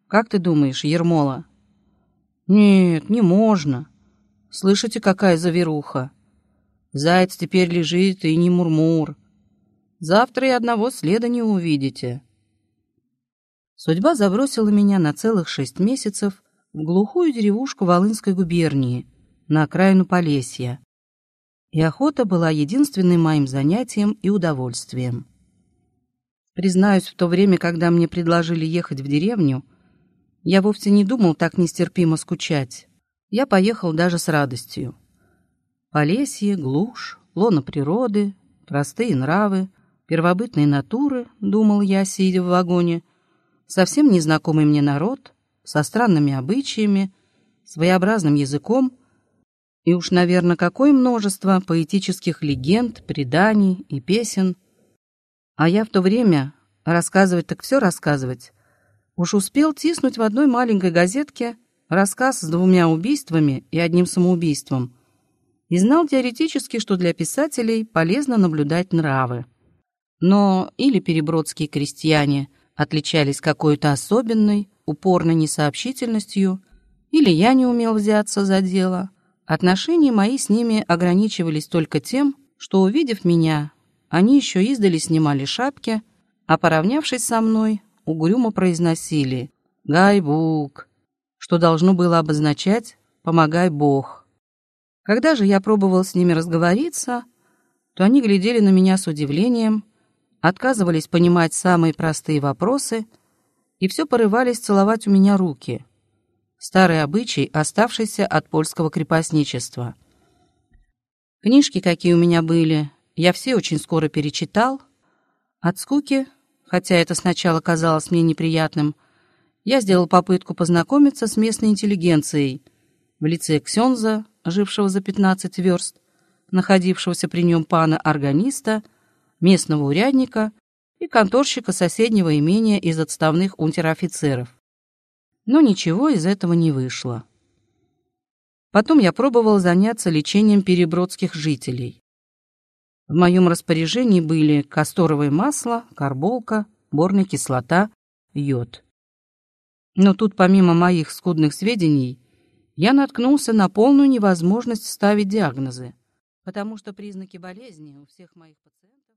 Как ты думаешь, Ермола? Нет, не можно. Слышите, какая завируха? Заяц теперь лежит и не мурмур. Завтра и одного следа не увидите. Судьба забросила меня на целых 6 месяцев в глухую деревушку Волынской губернии, на окраину Полесья. И охота была единственным моим занятием и удовольствием. Признаюсь, в то время, когда мне предложили ехать в деревню, я вовсе не думал так нестерпимо скучать. Я поехал даже с радостью. Полесье, глушь, лоно природы, простые нравы, первобытные натуры, думал я, сидя в вагоне, совсем незнакомый мне народ, со странными обычаями, своеобразным языком, и уж, наверное, какое множество поэтических легенд, преданий и песен. А я в то время, рассказывать так все рассказывать, уж успел тиснуть в одной маленькой газетке рассказ с 2 убийствами и 1 самоубийством и знал теоретически, что для писателей полезно наблюдать нравы. Но или перебродские крестьяне отличались какой-то особенной, упорной несообщительностью, или я не умел взяться за дело. Отношения мои с ними ограничивались только тем, что, увидев меня, они еще издали снимали шапки, а, поравнявшись со мной, угрюмо произносили «Гай-бук», что должно было обозначать «помогай Бог». Когда же я пробовал с ними разговориться, то они глядели на меня с удивлением, отказывались понимать самые простые вопросы и все порывались целовать у меня руки. Старый обычай, оставшийся от польского крепостничества. Книжки, какие у меня были, я все очень скоро перечитал. От скуки, хотя это сначала казалось мне неприятным, я сделал попытку познакомиться с местной интеллигенцией в лице ксенза, жившего за 15 верст, находившегося при нем пана-органиста, местного урядника и конторщика соседнего имения из отставных унтер-офицеров. Но ничего из этого не вышло. Потом я пробовал заняться лечением перебродских жителей. В моем распоряжении были касторовое масло, карболка, борная кислота, йод. Но тут, помимо моих скудных сведений, я наткнулся на полную невозможность ставить диагнозы, потому что признаки болезни у всех моих пациентов